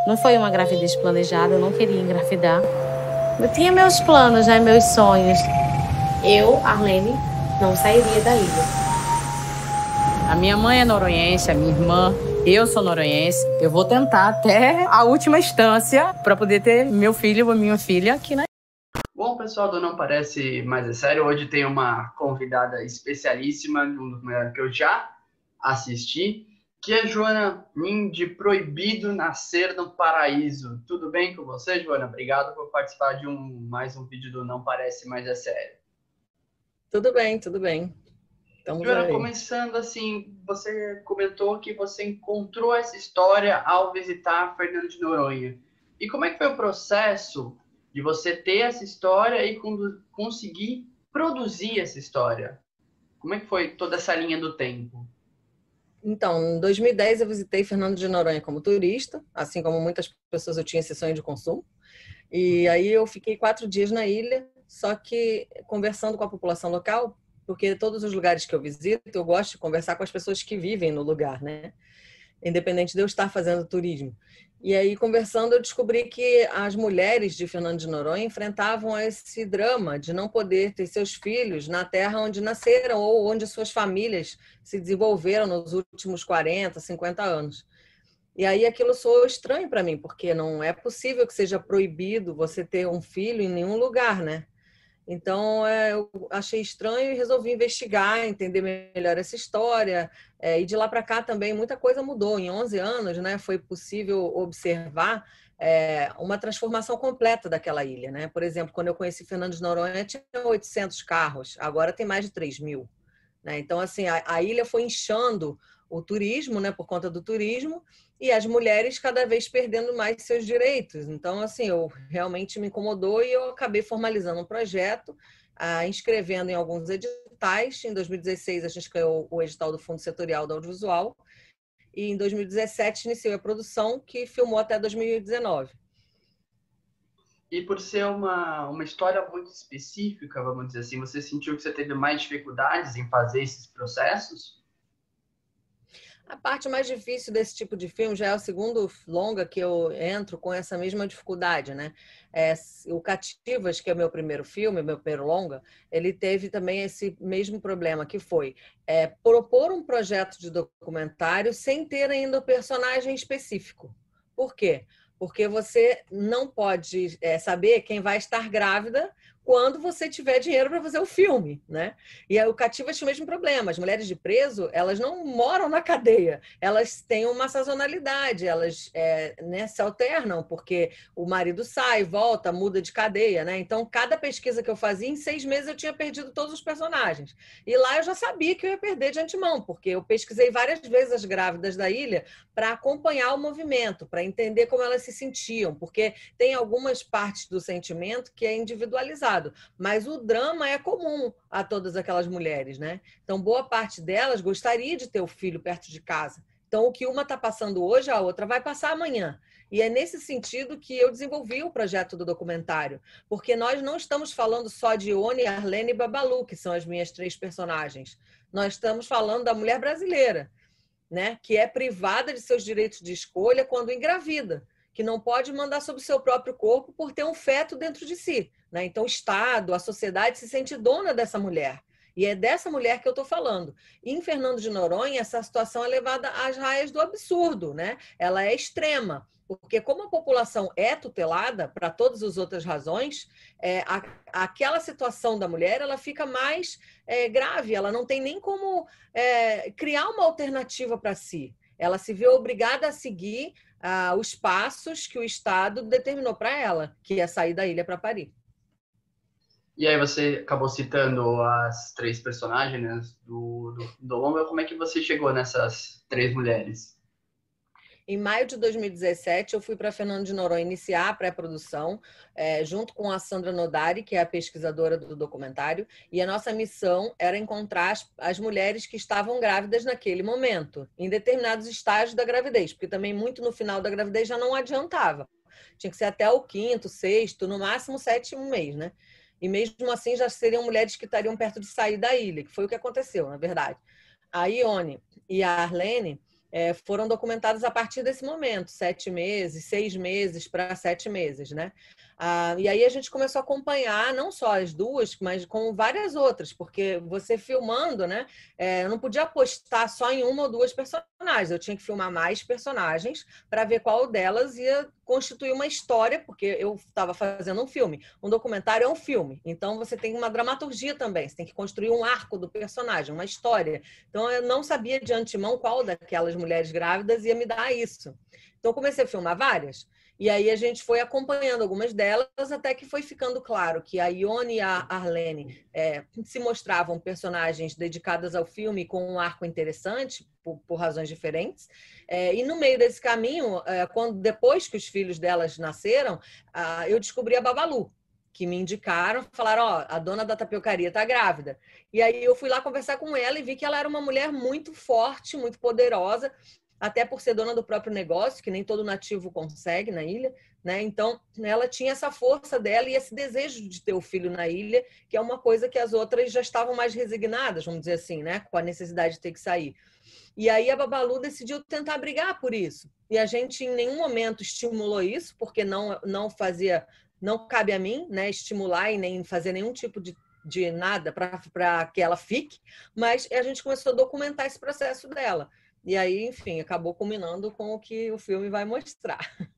Não foi uma gravidez planejada, eu não queria engravidar. Eu tinha meus planos, né, meus sonhos. Eu, Arlene, não sairia da ilha. A minha mãe é noronhense, a minha irmã, eu sou noronhense. Eu vou tentar até a última instância para poder ter meu filho ou minha filha aqui na ilha. Bom, pessoal do Não Parece Mais É Sério, hoje tem uma convidada especialíssima, um documentário que eu já assisti, que é Joana Min, de Proibido Nascer no Paraíso. Tudo bem com você, Joana? Obrigado por participar de mais um vídeo do Não Parece Mais É Sério. Tudo bem, tudo bem. Estamos Joana, aí. começando assim, você comentou que você encontrou essa história ao visitar Fernando de Noronha. E como é que foi o processo de você ter essa história e conseguir produzir essa história? Como é que foi toda essa linha do tempo? Então, em 2010 eu visitei Fernando de Noronha como turista, assim como muitas pessoas eu tinha esse sonho de consumo. E aí eu fiquei 4 dias na ilha, só que conversando com a população local, porque todos os lugares que eu visito, eu gosto de conversar com as pessoas que vivem no lugar, né? Independente de eu estar fazendo turismo. E aí, conversando, eu descobri que as mulheres de Fernando de Noronha enfrentavam esse drama de não poder ter seus filhos na terra onde nasceram ou onde suas famílias se desenvolveram nos últimos 40, 50 anos. E aí aquilo soou estranho para mim, porque não é possível que seja proibido você ter um filho em nenhum lugar, né? Então, eu achei estranho e resolvi investigar, entender melhor essa história. E de lá para cá também muita coisa mudou. Em 11 anos, né, foi possível observar uma transformação completa daquela ilha, né? Por exemplo, quando eu conheci Fernando de Noronha, tinha 800 carros, agora tem mais de 3.000. Né? Então, assim, a ilha foi inchando o turismo, né, por conta do turismo, e as mulheres cada vez perdendo mais seus direitos. Então, assim, eu realmente me incomodou e eu acabei formalizando um projeto, inscrevendo em alguns editais. Em 2016, a gente ganhou o edital do Fundo Setorial do Audiovisual, e em 2017 iniciei a produção, que filmou até 2019. E por ser uma história muito específica, vamos dizer assim, você sentiu que você teve mais dificuldades em fazer esses processos? A parte mais difícil desse tipo de filme já é o segundo longa que eu entro com essa mesma dificuldade, né? O Cativas, que é o meu primeiro filme, meu primeiro longa, ele teve também esse mesmo problema, que foi propor um projeto de documentário sem ter ainda o personagem específico. Por quê? Porque você não pode saber quem vai estar grávida quando você tiver dinheiro para fazer o filme, né? E o Cativas tinha o mesmo problema. As mulheres de preso, elas não moram na cadeia, elas têm uma sazonalidade, elas né, se alternam, porque o marido sai, volta, muda de cadeia, né? Então, cada pesquisa que eu fazia, em 6 meses eu tinha perdido todos os personagens. E lá eu já sabia que eu ia perder de antemão, porque eu pesquisei várias vezes as grávidas da ilha para acompanhar o movimento, para entender como elas se sentiam, porque tem algumas partes do sentimento que é individualizado, mas o drama é comum a todas aquelas mulheres, né? Então, boa parte delas gostaria de ter o filho perto de casa. Então, o que uma está passando hoje, a outra vai passar amanhã. E é nesse sentido que eu desenvolvi o projeto do documentário, porque nós não estamos falando só de Oni, Arlene e Babalu, que são as minhas 3 personagens. Nós estamos falando da mulher brasileira, né, que é privada de seus direitos de escolha quando engravida, que não pode mandar sobre o seu próprio corpo por ter um feto dentro de si. Né? Então, o Estado, a sociedade se sente dona dessa mulher. E é dessa mulher que eu estou falando. E em Fernando de Noronha, essa situação é levada às raias do absurdo, né? Ela é extrema. Porque como a população é tutelada, para todas as outras razões, aquela situação da mulher ela fica mais grave, ela não tem nem como criar uma alternativa para si. Ela se vê obrigada a seguir os passos que o Estado determinou para ela, que é sair da ilha para Paris. E aí você acabou citando as 3 personagens do longa. Como é que você chegou nessas 3 mulheres? Em maio de 2017, eu fui para Fernando de Noronha iniciar a pré-produção, junto com a Sandra Nodari, que é a pesquisadora do documentário, e a nossa missão era encontrar as mulheres que estavam grávidas naquele momento, em determinados estágios da gravidez, porque também muito no final da gravidez já não adiantava. Tinha que ser até o 5º, 6º, no máximo 7º mês, né? E mesmo assim já seriam mulheres que estariam perto de sair da ilha, que foi o que aconteceu, na verdade. A Ione e a Arlene, foram documentadas a partir desse momento, 7 meses, 6 meses para 7 meses, né? E aí a gente começou a acompanhar não só as duas, mas com várias outras, porque você filmando, né? Eu não podia apostar só em uma ou duas personagens, eu tinha que filmar mais personagens para ver qual delas ia constituir uma história, porque eu estava fazendo um filme. Um documentário é um filme, então você tem uma dramaturgia também, você tem que construir um arco do personagem, uma história. Então eu não sabia de antemão qual daquelas mulheres grávidas ia me dar isso. Então eu comecei a filmar várias. E aí a gente foi acompanhando algumas delas até que foi ficando claro que a Ione e a Arlene se mostravam personagens dedicadas ao filme com um arco interessante, por razões diferentes. E no meio desse caminho, depois que os filhos delas nasceram, eu descobri a Babalu, que me indicaram, falaram, a dona da tapiocaria está grávida. E aí eu fui lá conversar com ela e vi que ela era uma mulher muito forte, muito poderosa, até por ser dona do próprio negócio, que nem todo nativo consegue na ilha, né? Então, ela tinha essa força dela e esse desejo de ter o filho na ilha, que é uma coisa que as outras já estavam mais resignadas, vamos dizer assim, né? Com a necessidade de ter que sair. E aí a Babalu decidiu tentar brigar por isso. E a gente em nenhum momento estimulou isso, porque não cabe a mim, né, estimular e nem fazer nenhum tipo de nada para que ela fique, mas a gente começou a documentar esse processo dela. E aí, enfim, acabou culminando com o que o filme vai mostrar.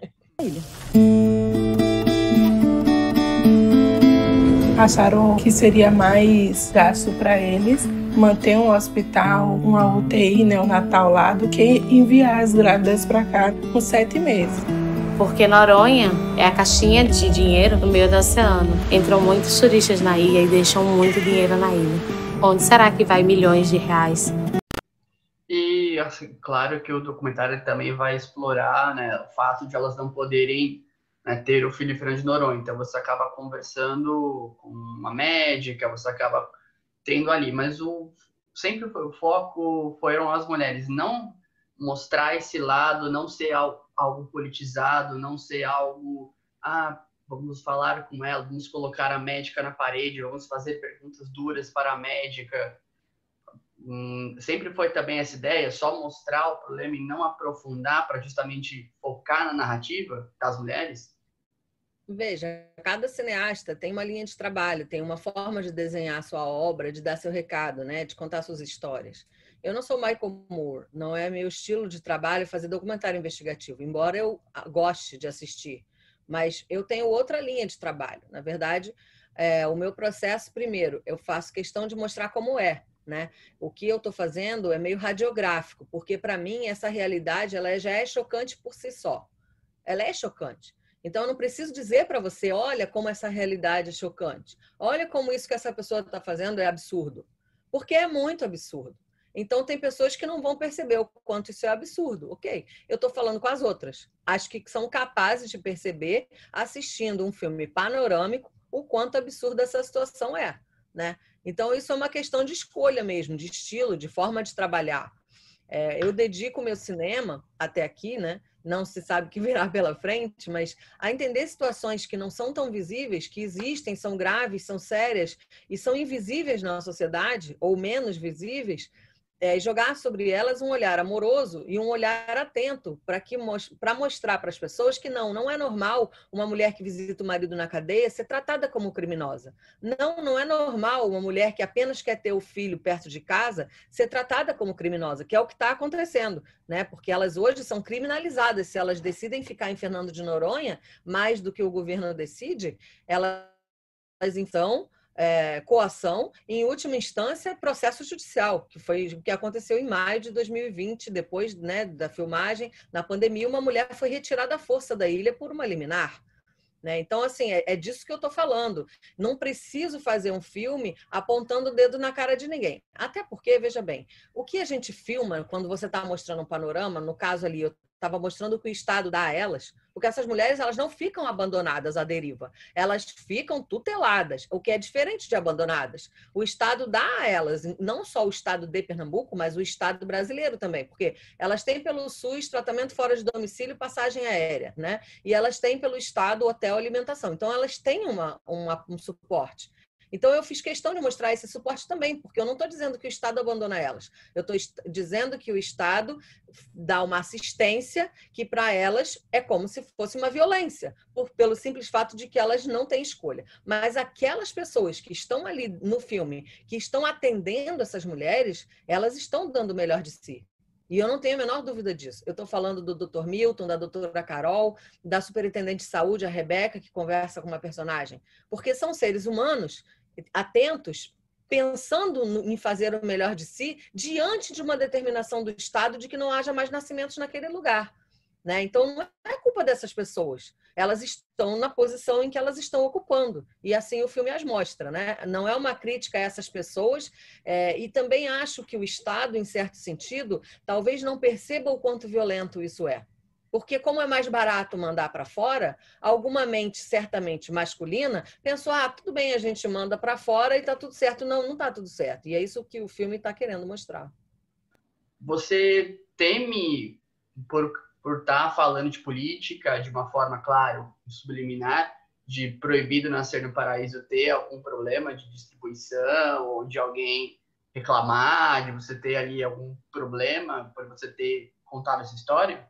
Acharam que seria mais gasto para eles manter um hospital, uma UTI neonatal lá, do que enviar as grávidas para cá com 7 meses. Porque Noronha é a caixinha de dinheiro no meio do oceano. Entram muitos turistas na ilha e deixam muito dinheiro na ilha. Onde será que vai milhões de reais? E, assim, claro que o documentário também vai explorar, né, o fato de elas não poderem, né, ter o filho Fernando de Noronha. Então, você acaba conversando com uma médica, você acaba tendo ali. Mas sempre o foco foram as mulheres. Não mostrar esse lado, não ser algo politizado, não ser algo... vamos falar com ela, vamos colocar a médica na parede, vamos fazer perguntas duras para a médica. Sempre foi também essa ideia, só mostrar o problema e não aprofundar para justamente focar na narrativa das mulheres? Veja, cada cineasta tem uma linha de trabalho, tem uma forma de desenhar a sua obra, de dar seu recado, né? De contar suas histórias. Eu não sou Michael Moore, não é meu estilo de trabalho fazer documentário investigativo, embora eu goste de assistir, mas eu tenho outra linha de trabalho. Na verdade, o meu processo, primeiro, eu faço questão de mostrar como é. Né? O que eu estou fazendo é meio radiográfico, porque para mim essa realidade ela já é chocante por si só. Ela é chocante. Então eu não preciso dizer para você, olha como essa realidade é chocante. Olha como isso que essa pessoa está fazendo é absurdo. Porque é muito absurdo. Então tem pessoas que não vão perceber o quanto isso é absurdo. Ok, eu estou falando com as outras. Acho que são capazes de perceber, assistindo um filme panorâmico, o quanto absurda essa situação é. Né? Então, isso é uma questão de escolha mesmo, de estilo, de forma de trabalhar. Eu dedico o meu cinema, até aqui, né? Não se sabe o que virá pela frente, mas a entender situações que não são tão visíveis, que existem, são graves, são sérias e são invisíveis na sociedade, ou menos visíveis, e jogar sobre elas um olhar amoroso e um olhar atento para mostrar para as pessoas que não é normal uma mulher que visita o marido na cadeia ser tratada como criminosa. Não é normal uma mulher que apenas quer ter o filho perto de casa ser tratada como criminosa, que é o que está acontecendo, né? Porque elas hoje são criminalizadas. Se elas decidem ficar em Fernando de Noronha, mais do que o governo decide, elas então... coação, e, em última instância, processo judicial, que foi o que aconteceu em maio de 2020, depois, né, da filmagem, na pandemia, uma mulher foi retirada à força da ilha por uma liminar. Né? Então, assim, é disso que eu estou falando. Não preciso fazer um filme apontando o dedo na cara de ninguém. Até porque, veja bem, o que a gente filma quando você está mostrando um panorama, no caso ali, eu estava mostrando o que o Estado dá a elas, porque essas mulheres elas não ficam abandonadas à deriva, elas ficam tuteladas, o que é diferente de abandonadas. O Estado dá a elas, não só o Estado de Pernambuco, mas o Estado brasileiro também, porque elas têm pelo SUS tratamento fora de domicílio e passagem aérea, né? E elas têm pelo Estado hotel e alimentação. Então, elas têm um suporte. Então, eu fiz questão de mostrar esse suporte também, porque eu não estou dizendo que o Estado abandona elas. Eu estou dizendo que o Estado dá uma assistência que, para elas, é como se fosse uma violência, pelo simples fato de que elas não têm escolha. Mas aquelas pessoas que estão ali no filme, que estão atendendo essas mulheres, elas estão dando o melhor de si. E eu não tenho a menor dúvida disso. Eu estou falando do Dr. Milton, da doutora Carol, da superintendente de saúde, a Rebeca, que conversa com uma personagem. Porque são seres humanos atentos, pensando em fazer o melhor de si, diante de uma determinação do Estado de que não haja mais nascimentos naquele lugar. Né? Então, não é culpa dessas pessoas. Elas estão na posição em que elas estão ocupando. E assim o filme as mostra. Né? Não é uma crítica a essas pessoas. E também acho que o Estado, em certo sentido, talvez não perceba o quanto violento isso é. Porque como é mais barato mandar para fora, alguma mente certamente masculina pensou, tudo bem, a gente manda para fora e está tudo certo. Não, não está tudo certo. E é isso que o filme está querendo mostrar. Você teme por estar falando de política de uma forma, claro, subliminar, de Proibido Nascer no Paraíso ter algum problema de distribuição ou de alguém reclamar, de você ter ali algum problema por você ter contado essa história?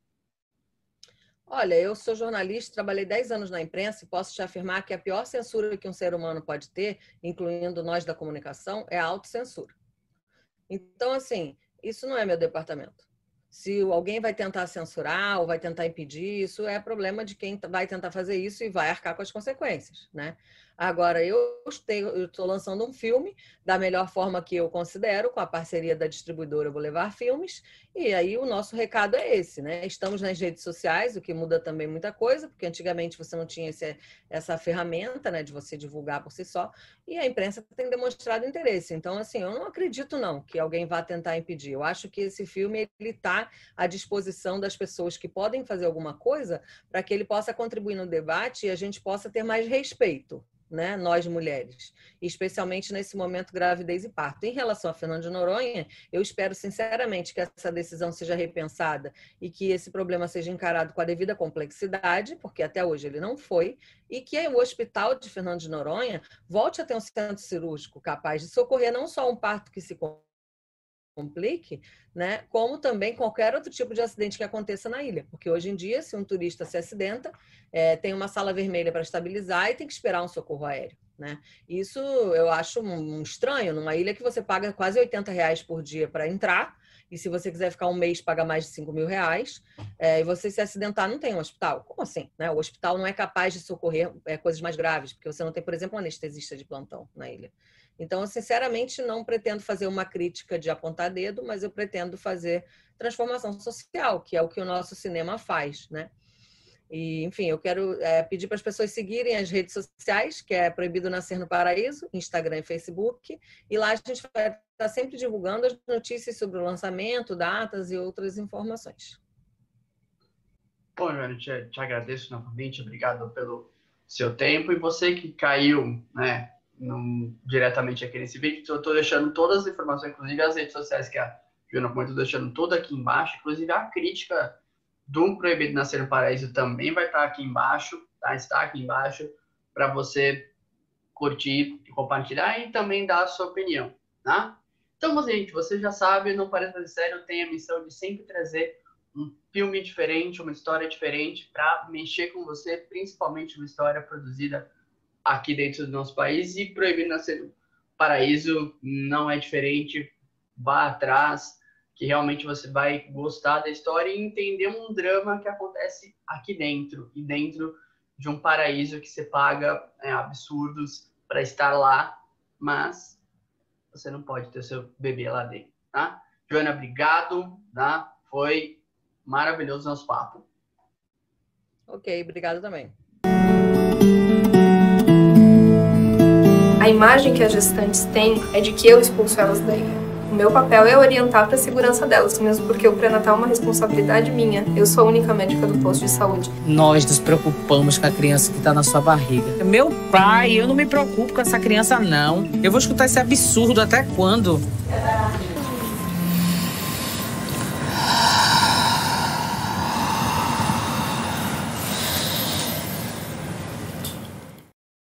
Olha, eu sou jornalista, trabalhei 10 anos na imprensa e posso te afirmar que a pior censura que um ser humano pode ter, incluindo nós da comunicação, é a autocensura. Então, assim, isso não é meu departamento. Se alguém vai tentar censurar ou vai tentar impedir, isso é problema de quem vai tentar fazer isso e vai arcar com as consequências, né? Agora, eu estou lançando um filme da melhor forma que eu considero, com a parceria da distribuidora Boulevard Filmes, e aí o nosso recado é esse, né? Estamos nas redes sociais, o que muda também muita coisa, porque antigamente você não tinha essa ferramenta, né, de você divulgar por si só, e a imprensa tem demonstrado interesse. Então, assim, eu não acredito, não, que alguém vá tentar impedir. Eu acho que esse filme está à disposição das pessoas que podem fazer alguma coisa para que ele possa contribuir no debate e a gente possa ter mais respeito, né? Nós mulheres, especialmente nesse momento gravidez e parto. Em relação a Fernando de Noronha, eu espero sinceramente que essa decisão seja repensada e que esse problema seja encarado com a devida complexidade, porque até hoje ele não foi, e que o hospital de Fernando de Noronha volte a ter um centro cirúrgico capaz de socorrer não só um parto que se complique, né, como também qualquer outro tipo de acidente que aconteça na ilha. Porque hoje em dia, se um turista se acidenta, tem uma sala vermelha para estabilizar e tem que esperar um socorro aéreo. Né? Isso eu acho estranho, numa ilha que você paga quase R$80 por dia para entrar, e se você quiser ficar um mês, paga mais de R$5.000, e você se acidentar, não tem um hospital. Como assim? Né? O hospital não é capaz de socorrer coisas mais graves, porque você não tem, por exemplo, um anestesista de plantão na ilha. Então, eu, sinceramente, não pretendo fazer uma crítica de apontar dedo, mas eu pretendo fazer transformação social, que é o que o nosso cinema faz, né? E, enfim, eu quero pedir para as pessoas seguirem as redes sociais, que é Proibido Nascer no Paraíso, Instagram e Facebook, e lá a gente vai estar sempre divulgando as notícias sobre o lançamento, datas e outras informações. Bom, Joana, te agradeço novamente, obrigado pelo seu tempo, e você que caiu, né, diretamente aqui nesse vídeo, eu estou deixando todas as informações, inclusive as redes sociais que a Joana comentou, estou deixando tudo aqui embaixo, inclusive a crítica do Proibido Nascer no Paraíso também vai estar aqui embaixo, tá? Está aqui embaixo, para você curtir e compartilhar e também dar a sua opinião, tá? Então, gente, você já sabe, No Parece Fazer Sério tem a missão de sempre trazer um filme diferente, uma história diferente, para mexer com você, principalmente uma história produzida aqui dentro do nosso país, e Proibido Nascer no Paraíso não é diferente. Vá atrás, que realmente você vai gostar da história e entender um drama que acontece aqui dentro, e dentro de um paraíso que você paga absurdos para estar lá, mas você não pode ter seu bebê lá dentro, tá? Joana, obrigado, tá? Foi maravilhoso o nosso papo. Ok, obrigado também. A imagem que as gestantes têm é de que eu expulso elas da ilha. O meu papel é orientar para a segurança delas, mesmo porque o pré-natal é uma responsabilidade minha. Eu sou a única médica do posto de saúde. Nós nos preocupamos com a criança que está na sua barriga. Meu pai, eu não me preocupo com essa criança, não. Eu vou escutar esse absurdo até quando?